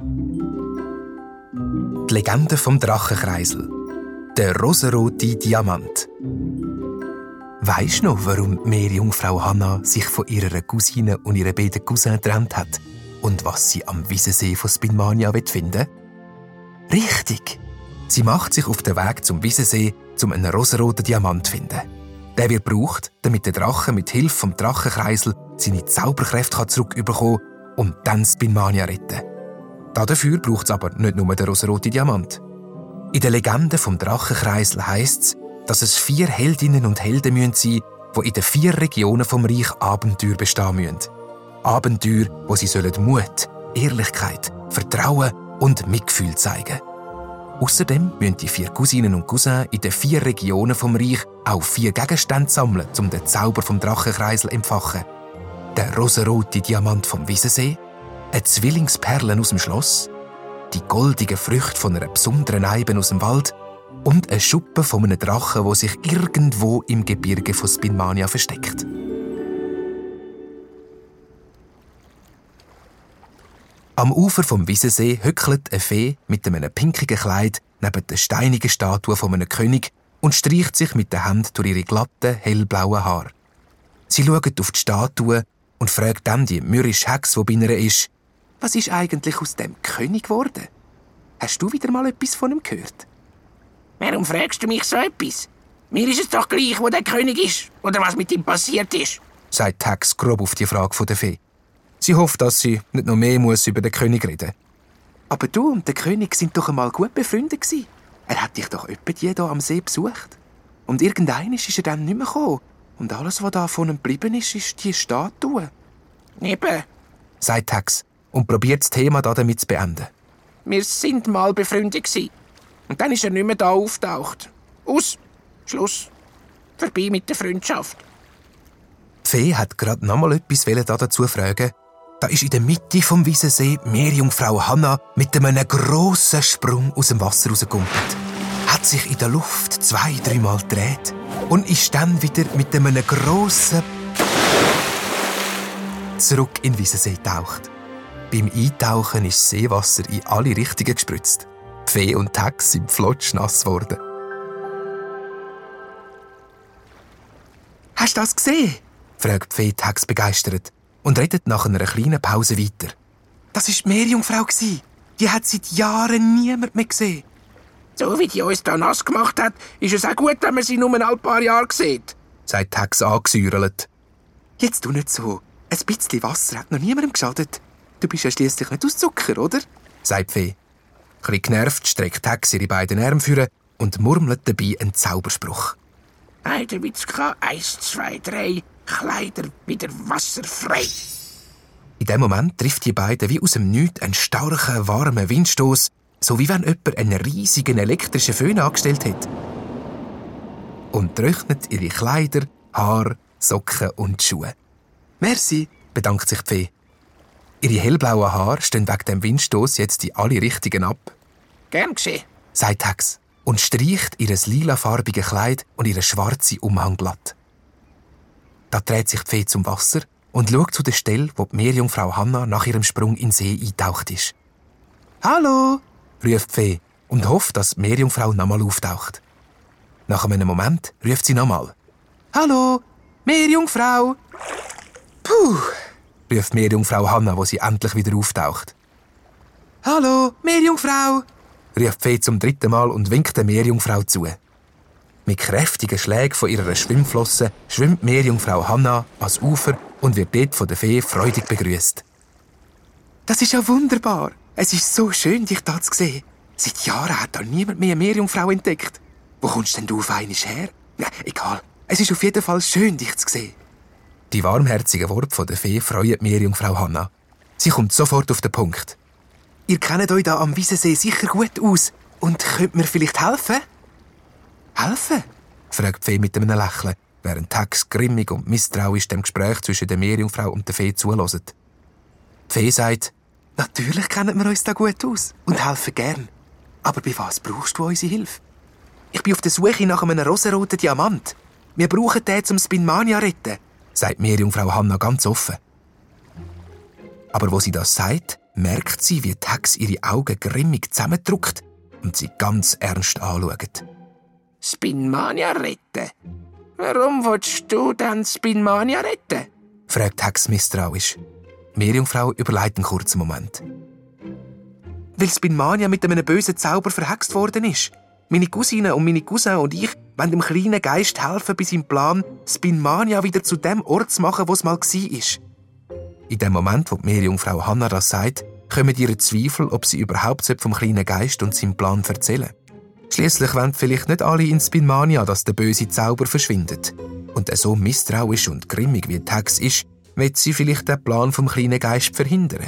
Die Legende vom Drachenkreisel. Der rosarote Diamant. Weisst du noch, warum die Meerjungfrau Hannah sich von ihrer Cousine und ihren beiden Cousins getrennt hat? Und was sie am Wiesensee von Spinmania finden will? Richtig! Sie macht sich auf den Weg zum Wiesensee, um einen rosaroten Diamant zu finden. Der wird gebraucht, damit der Drache mit Hilfe vom Drachenkreisel seine Zauberkräfte zurückbekommen und dann Spinmania retten. Dafür braucht es aber nicht nur den rosaroten Diamant. In der Legende vom Drachenkreisel heisst es, dass es 4 Heldinnen und Helden sein müssen, die in den 4 Regionen vom Reich Abenteuer bestehen müssen. Abenteuer, wo sie Mut, Ehrlichkeit, Vertrauen und Mitgefühl zeigen. Außerdem müssen die 4 Cousinen und Cousins in den 4 Regionen vom Reich auch 4 Gegenstände sammeln, um den Zauber vom Drachenkreisel zu entfachen. Der rosarote Diamant vom Wiesensee, eine Zwillingsperle aus dem Schloss, die goldigen Früchte von einer besonderen Eibe aus dem Wald und eine Schuppe von einem Drachen, der sich irgendwo im Gebirge von Spinmania versteckt. Am Ufer vom Wiesensee hückelt eine Fee mit einem pinkigen Kleid neben der steinigen Statue von einem König und streicht sich mit der Hand durch ihre glatten, hellblauen Haare. Sie schaut auf die Statue und fragt dann die mürrische Hex, die bei ihr ist: «Was ist eigentlich aus dem König geworden? Hast du wieder mal etwas von ihm gehört?» «Warum fragst du mich so etwas? Mir ist es doch gleich, wo der König ist oder was mit ihm passiert ist», sagt die Hex grob auf die Frage der Fee. Sie hofft, dass sie nicht noch mehr über den König reden muss. «Aber du und der König sind doch einmal gut befreundet gewesen. Er hat dich doch etwa hier am See besucht. Und irgendwann ist er dann nicht mehr gekommen. Und alles, was da von ihm geblieben ist, ist die Statue.» «Eben», sagt die Hex und probiert das Thema damit zu beenden. «Wir sind mal befreundet gewesen. Und dann ist er nicht mehr da auftaucht. Aus. Schluss. Vorbei mit der Freundschaft.» Die Fee hat gerade noch mal etwas dazu fragen. Da ist in der Mitte vom Wiesensee Meerjungfrau Hannah mit einem grossen Sprung aus dem Wasser rausgegumpelt, hat sich in der Luft 2-3 Mal gedreht und ist dann wieder mit einem grossen zurück in den Wiesensee getaucht. Beim Eintauchen ist das Seewasser in alle Richtungen gespritzt. Die Fee und die Hex sind flotschnass geworden. «Hast du das gesehen?» fragt die Fee die Hex begeistert und redet nach einer kleinen Pause weiter. «Das war die Meerjungfrau. Die hat seit Jahren niemand mehr gesehen.» «So wie die uns da nass gemacht hat, ist es auch gut, wenn man sie nur ein paar Jahre sieht», sagt die Hex angesäuerlet. «Jetzt tu nicht so. Ein bisschen Wasser hat noch niemandem geschadet. Du bist ja schliesslich nicht aus Zucker, oder?» sagt die Fee. Ein bisschen genervt streckt die Hex ihre beiden Arme vor und murmelt dabei einen Zauberspruch. «Heidewitzka, 1, 2, 3, Kleider wieder wasserfrei.» In dem Moment trifft die beiden wie aus dem Nichts einen starken, warmen Windstoß, so wie wenn jemand einen riesigen elektrischen Föhn angestellt hat. Und trocknet ihre Kleider, Haare, Socken und Schuhe. «Merci», bedankt sich die Fee. Ihre hellblauen Haare stehen wegen dem Windstoß jetzt in alle Richtungen ab. «Gern geschehen», sagt die Hex und streicht ihr lilafarbiges Kleid und ihren schwarzen Umhang glatt. Da dreht sich die Fee zum Wasser und schaut zu der Stelle, wo die Meerjungfrau Hannah nach ihrem Sprung in den See eingetaucht ist. «Hallo!» ruft die Fee und hofft, dass die Meerjungfrau nochmal auftaucht. Nach einem Moment ruft sie nochmal. «Hallo, Meerjungfrau!» «Puh!» ruft die Meerjungfrau Hannah, wo sie endlich wieder auftaucht. «Hallo, Meerjungfrau!» ruft die Fee zum 3. Mal und winkt der Meerjungfrau zu. Mit kräftigen Schlägen von ihrer Schwimmflosse schwimmt die Meerjungfrau Hannah ans Ufer und wird dort von der Fee freudig begrüßt. «Das ist ja wunderbar! Es ist so schön, dich hier zu sehen. Seit Jahren hat da niemand mehr eine Meerjungfrau entdeckt. Wo kommst denn du auf einmal her? Ja, egal, es ist auf jeden Fall schön, dich zu sehen.» Die warmherzigen Worte von der Fee freuen die Meerjungfrau Hannah. Sie kommt sofort auf den Punkt. «Ihr kennt euch da am Wiesensee sicher gut aus. Und könnt mir vielleicht helfen?» «Helfen?» fragt die Fee mit einem Lächeln, während die Hex grimmig und misstrauisch dem Gespräch zwischen der Meerjungfrau und der Fee zuhört. Die Fee sagt: «Natürlich kennen wir uns da gut aus und helfen gern. Aber bei was brauchst du unsere Hilfe?» «Ich bin auf der Suche nach einem rosaroten Diamant. Wir brauchen den, um Spinmania zu retten», sagt Meerjungfrau Hannah ganz offen. Aber wo sie das sagt, merkt sie, wie die Hex ihre Augen grimmig zusammendrückt und sie ganz ernst anschaut. Spinmania retten? Warum willst du denn Spinmania retten? Fragt die Hex misstrauisch. Die Meerjungfrau überlegt einen kurzen Moment. Weil Spinmania mit einem bösen Zauber verhext worden ist. Meine Cousine und meine Cousin und ich wollen dem kleinen Geist helfen, bei seinem Plan, Spinmania wieder zu dem Ort zu machen, wo es mal war. In dem Moment, wo die Meerjungfrau Hannah das sagt, kommen ihre Zweifel, ob sie überhaupt vom kleinen Geist und seinem Plan erzählen. Schliesslich wollen vielleicht nicht alle in Spinmania, dass der böse Zauber verschwindet. Und so misstrauisch und grimmig wie die Hex ist, wird sie vielleicht den Plan vom kleinen Geist verhindern.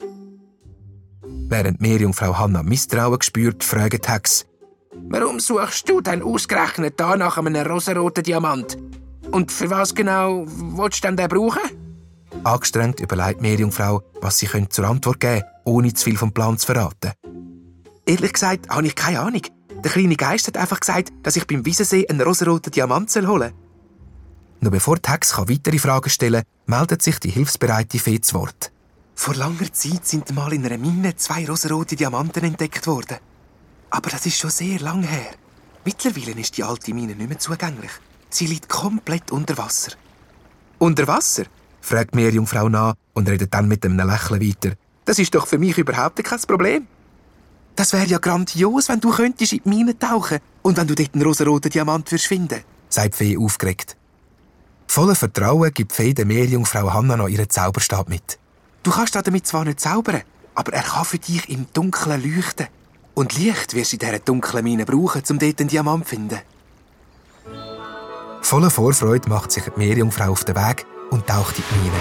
Während Meerjungfrau Hannah Misstrauen spürt, fragt die Hex: Warum suchst du denn ausgerechnet da nach einem rosaroten Diamant? Und für was genau willst du denn den brauchen? Angestrengt überlegt Meerjungfrau, was sie zur Antwort geben könnte, ohne zu viel vom Plan zu verraten. Ehrlich gesagt habe ich keine Ahnung. Der kleine Geist hat einfach gesagt, dass ich beim Wiesensee einen rosaroten Diamant holen soll. Noch bevor die Hex weitere Fragen stellen kann, meldet sich die hilfsbereite Fee zu Wort. Vor langer Zeit sind mal in einer Mine 2 rosarote Diamanten entdeckt worden. Aber das ist schon sehr lang her. Mittlerweile ist die alte Mine nicht mehr zugänglich. Sie liegt komplett unter Wasser. Unter Wasser? Fragt Meerjungfrau nach und redet dann mit einem Lächeln weiter. Das ist doch für mich überhaupt kein Problem. Das wäre ja grandios, wenn du könntest in die Mine tauchen und wenn du dort einen rosaroten Diamant finden, sagt die Fee aufgeregt. Voller Vertrauen gibt die Fee der Meerjungfrau Hannah noch ihren Zauberstab mit. Du kannst damit zwar nicht zaubern, aber er kann für dich im Dunkeln leuchten. Und Licht wirst du in dieser dunklen Mine brauchen, um dort einen Diamant zu finden. Voller Vorfreude macht sich die Meerjungfrau auf den Weg und taucht in die Mine.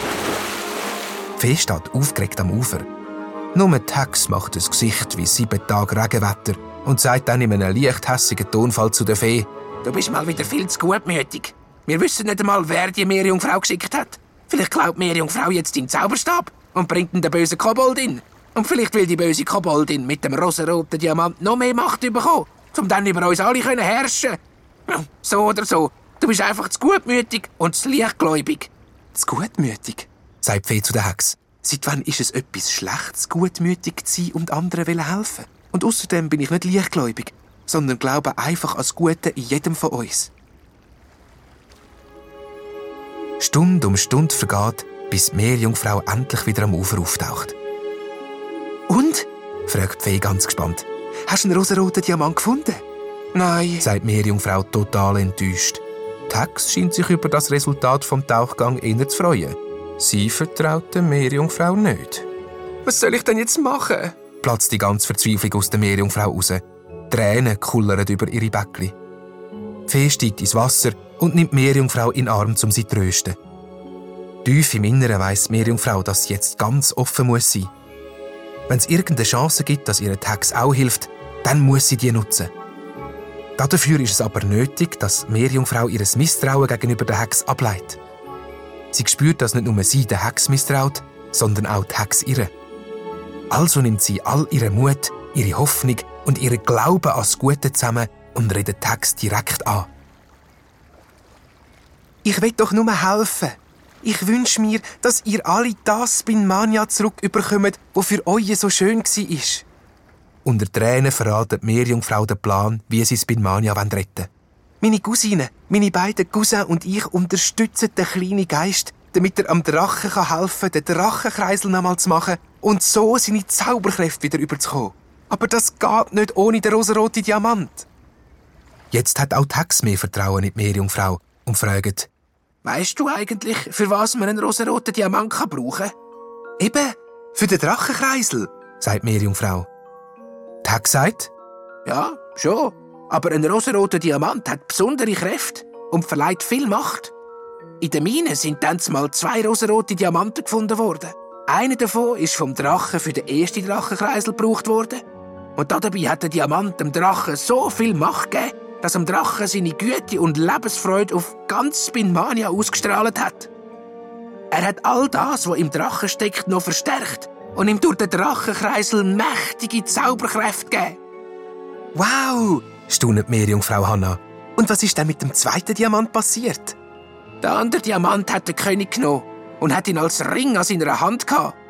Die Fee steht aufgeregt am Ufer. Nur die Hex macht ein Gesicht wie 7 Tage Regenwetter und sagt dann in einem leicht hässigen Tonfall zu der Fee: Du bist mal wieder viel zu gutmütig. Wir wissen nicht einmal, wer die Meerjungfrau geschickt hat. Vielleicht klaut die Meerjungfrau jetzt deinen Zauberstab und bringt ihn den bösen Koboldin. Und vielleicht will die böse Koboldin mit dem rosaroten Diamant noch mehr Macht bekommen, um dann über uns alle herrschen. So oder so. Du bist einfach zu gutmütig und zu leichtgläubig. Zu gutmütig? Sagt die Fee zu der Hex. Seit wann ist es etwas Schlechtes, gutmütig zu sein und anderen helfen? Und außerdem bin ich nicht leichtgläubig, sondern glaube einfach an das Gute in jedem von uns. Stunde um Stunde vergeht, bis die Meerjungfrau endlich wieder am Ufer auftaucht. «Und?» fragt die Fee ganz gespannt. «Hast du einen rosaroten Diamant gefunden?» «Nein», sagt die Meerjungfrau total enttäuscht. Die Hex scheint sich über das Resultat vom Tauchgang eher zu freuen. Sie vertraut der Meerjungfrau nicht. «Was soll ich denn jetzt machen?» platzt die ganze Verzweiflung aus der Meerjungfrau raus. Tränen kullern über ihre Bäckli. Die Fee steigt ins Wasser und nimmt die Meerjungfrau in den Arm, um sie zu trösten. Tief im Inneren weiss die Meerjungfrau, dass sie jetzt ganz offen muss sein. Wenn es irgendeine Chance gibt, dass ihr die Hex auch hilft, dann muss sie die nutzen. Dafür ist es aber nötig, dass die Meerjungfrau ihr Misstrauen gegenüber der Hex ableitet. Sie spürt, dass nicht nur sie der Hex misstraut, sondern auch die Hex ihr. Also nimmt sie all ihren Mut, ihre Hoffnung und ihren Glauben an das Gute zusammen und redet die Hex direkt an. «Ich will doch nur helfen. Ich wünsche mir, dass ihr alle das Spinmania zurückbekommt, was für euch so schön war.» Unter Tränen verratet die Meerjungfrau den Plan, wie sie Spinmania retten wollen. «Meine Cousine, meine beiden Cousins und ich unterstützen den kleinen Geist, damit er am Drachen helfen kann, den Drachenkreisel nochmal zu machen und so seine Zauberkräfte wieder überzukommen. Aber das geht nicht ohne den rosaroten Diamant.» Jetzt hat auch die Hex mehr Vertrauen in die Meerjungfrau und fragt: «Weisst du eigentlich, für was man einen rosaroten Diamant brauchen kann?» «Eben, für den Drachenkreisel», sagt die Meerjungfrau. Die Hex sagt: «Ja, schon. Aber ein rosaroter Diamant hat besondere Kräfte und verleiht viel Macht. In der Mine sind dann mal 2 rosarote Diamanten gefunden worden. Einer davon ist vom Drachen für den ersten Drachenkreisel gebraucht worden. Und dabei hat der Diamant dem Drachen so viel Macht gegeben, dass dem Drachen seine Güte und Lebensfreude auf ganz Spinmania ausgestrahlt hat. Er hat all das, was im Drachen steckt, noch verstärkt und ihm durch den Drachenkreisel mächtige Zauberkräfte gegeben.» «Wow!» staunet Meerjungfrau Hannah. «Und was ist denn mit dem zweiten Diamant passiert?» «Der andere Diamant hat der König genommen und hat ihn als Ring an seiner Hand gehabt.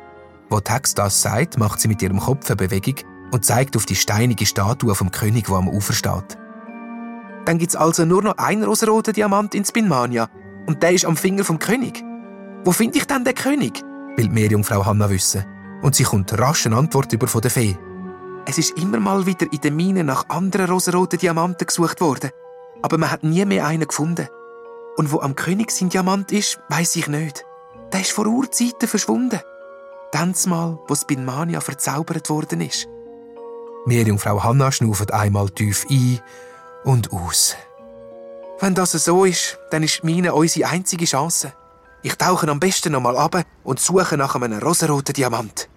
Wo die Hex das sagt, macht sie mit ihrem Kopf eine Bewegung und zeigt auf die steinige Statue vom König, der am Ufer steht. Dann gibt es also nur noch einen rosaroten Diamant in Spinmania und der ist am Finger vom König. Wo finde ich denn den König? Will die Meerjungfrau Hanna wissen. Und sie kommt rasch eine Antwort über von der Fee. Es ist immer mal wieder in den Minen nach anderen rosaroten Diamanten gesucht worden, aber man hat nie mehr einen gefunden. Und wo am König sein Diamant ist, weiss ich nicht. Der ist vor Urzeiten verschwunden. Mal, wo Spinmania verzaubert worden ist. Meerjungfrau Hanna schnauft einmal tief ein und aus. Wenn das so ist, dann ist die Mine unsere einzige Chance. Ich tauche am besten noch mal runter und suche nach einem rosaroten Diamant.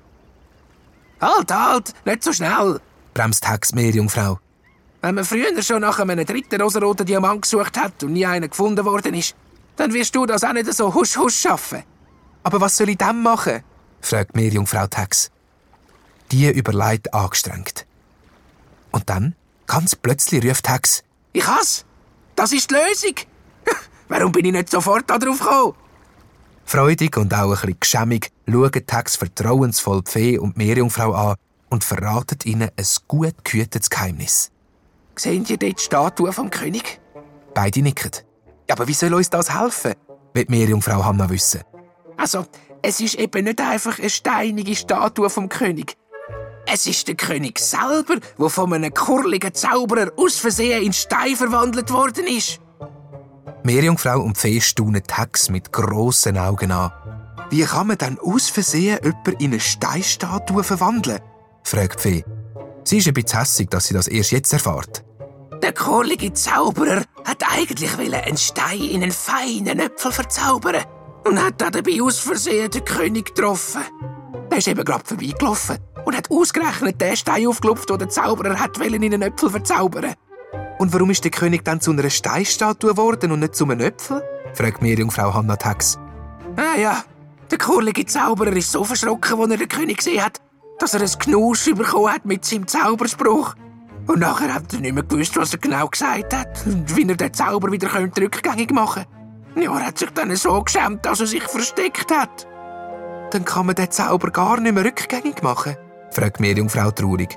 Halt, nicht so schnell, bremst die Hex Meerjungfrau. Wenn man früher schon nach einem dritten rosaroten Diamant gesucht hat und nie einer gefunden worden ist, dann wirst du das auch nicht so husch schaffen. Aber was soll ich dann machen? Fragt Meerjungfrau die Hex. Die überlegt angestrengt. Und dann, ganz plötzlich, ruft die Hex: Ich has! Das ist die Lösung! Warum bin ich nicht sofort darauf gekommen? Freudig und auch ein bisschen geschämig schauen die Hex vertrauensvoll die Fee und die Meerjungfrau an und verraten ihnen ein gut gehütetes Geheimnis. Sehen ihr dort die Statue vom König? Beide nicken. Ja, aber wie soll uns das helfen? Will die Meerjungfrau Hanna wissen. Also, es ist eben nicht einfach eine steinige Statue vom König. Es ist der König selber, der von einem kurligen Zauberer aus Versehen in Stein verwandelt worden ist. Meerjungfrau und die Fee staunen die Hex mit grossen Augen an. Wie kann man denn aus Versehen jemanden in eine Steinstatue verwandeln? Fragt die Fee. Sie ist ein bisschen hässig, dass sie das erst jetzt erfährt. Der kurlige Zauberer hat eigentlich einen Stein in einen feinen Äpfel verzaubern und hat dabei aus Versehen den König getroffen. Der ist eben gerade vorbeigelaufen und hat ausgerechnet den Stein aufgelupft, den der Zauberer hat in einen Äpfel verzaubern. Und warum ist der König dann zu einer Steinstatue geworden und nicht zu einem Äpfel? Fragt Meerjungfrau Hanna die Hex. Ja, der kurlige Zauberer ist so verschrocken, als er den König gesehen hat, dass er ein Knusch bekommen hat mit seinem Zauberspruch. Und nachher hat er nicht mehr gewusst, was er genau gesagt hat und wie er den Zauber wieder rückgängig machen könnte. Ja, er hat sich dann so geschämt, dass er sich versteckt hat. Dann kann man den Zauber gar nicht mehr rückgängig machen? Fragt Meerjungfrau traurig.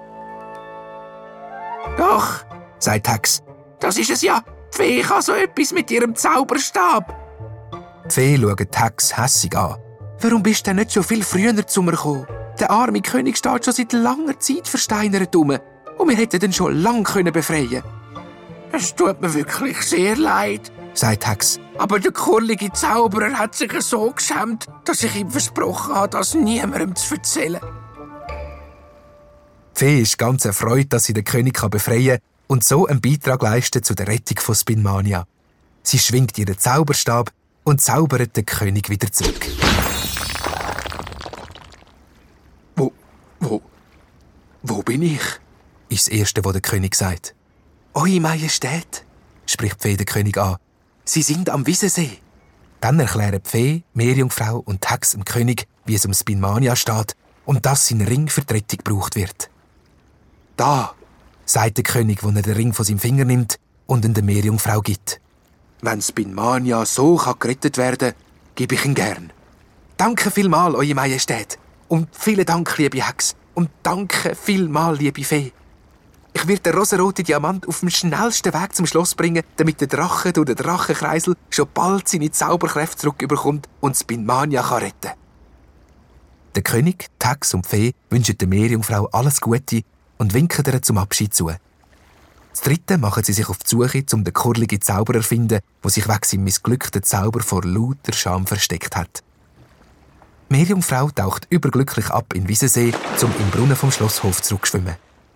Doch, sagt die Hex. Das ist es ja. Die Fee kann so etwas mit ihrem Zauberstab. Die Fee schaut die Hex hässig an. Warum bist du denn nicht schon viel früher zu mir gekommen? Der arme König steht schon seit langer Zeit versteinert rum. Und wir hätten ihn schon lange befreien können. Es tut mir wirklich sehr leid, sagt die Hex. Aber der kurlige Zauberer hat sich so geschämt, dass ich ihm versprochen habe, das niemandem zu erzählen. Die Fee ist ganz erfreut, dass sie den König befreien kann und so einen Beitrag leisten zur Rettung von Spinmania. Sie schwingt ihren Zauberstab und zaubert den König wieder zurück. Wo bin ich? Ist das Erste, was der König sagt. Eure Majestät, spricht die Fee den König an. Sie sind am Wiesensee. Dann erklären die Fee, Meerjungfrau und die Hex dem König, wie es um Spinmania steht und dass sein Ring für die Rettung gebraucht wird. Da, sagt der König, als er den Ring von seinem Finger nimmt und ihn der Meerjungfrau gibt. Wenn Spinmania so gerettet werden kann, gebe ich ihn gern. Danke vielmals, Eure Majestät. Und vielen Dank, liebe Hex. Und danke vielmals, liebe Fee. Ich werde den rosaroten Diamant auf dem schnellsten Weg zum Schloss bringen, damit der Drache durch den Drachenkreisel schon bald seine Zauberkräfte zurückbekommt und Spinmania retten kann. Der König, die Hex und die Fee wünschen der Meerjungfrau alles Gute und winken ihr zum Abschied zu. Das Dritte machen sie sich auf die Suche, um den kurligen Zauberer zu finden, der sich wegen seinem missglückten Zauber vor lauter Scham versteckt hat. Die Meerjungfrau taucht überglücklich ab in den Wiesensee, um im Brunnen vom Schlosshof zurückzuschwimmen.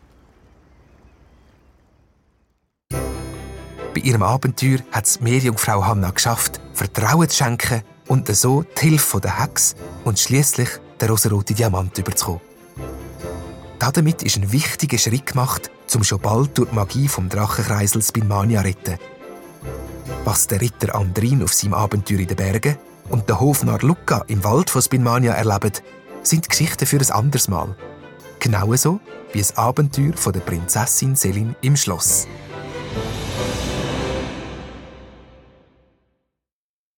Bei ihrem Abenteuer hat es Meerjungfrau Hanna geschafft, Vertrauen zu schenken und so die Hilfe der Hex und schliesslich den rosaroten Diamant überzukommen. Damit ist ein wichtiger Schritt gemacht, um schon bald durch die Magie vom Drachenkreisel Spinmania zu retten. Was der Ritter Andrin auf seinem Abenteuer in den Bergen und der Hofnarr Luca im Wald von Spinmania erleben, sind Geschichten für ein anderes Mal. Genauso wie das Abenteuer von der Prinzessin Selin im Schloss.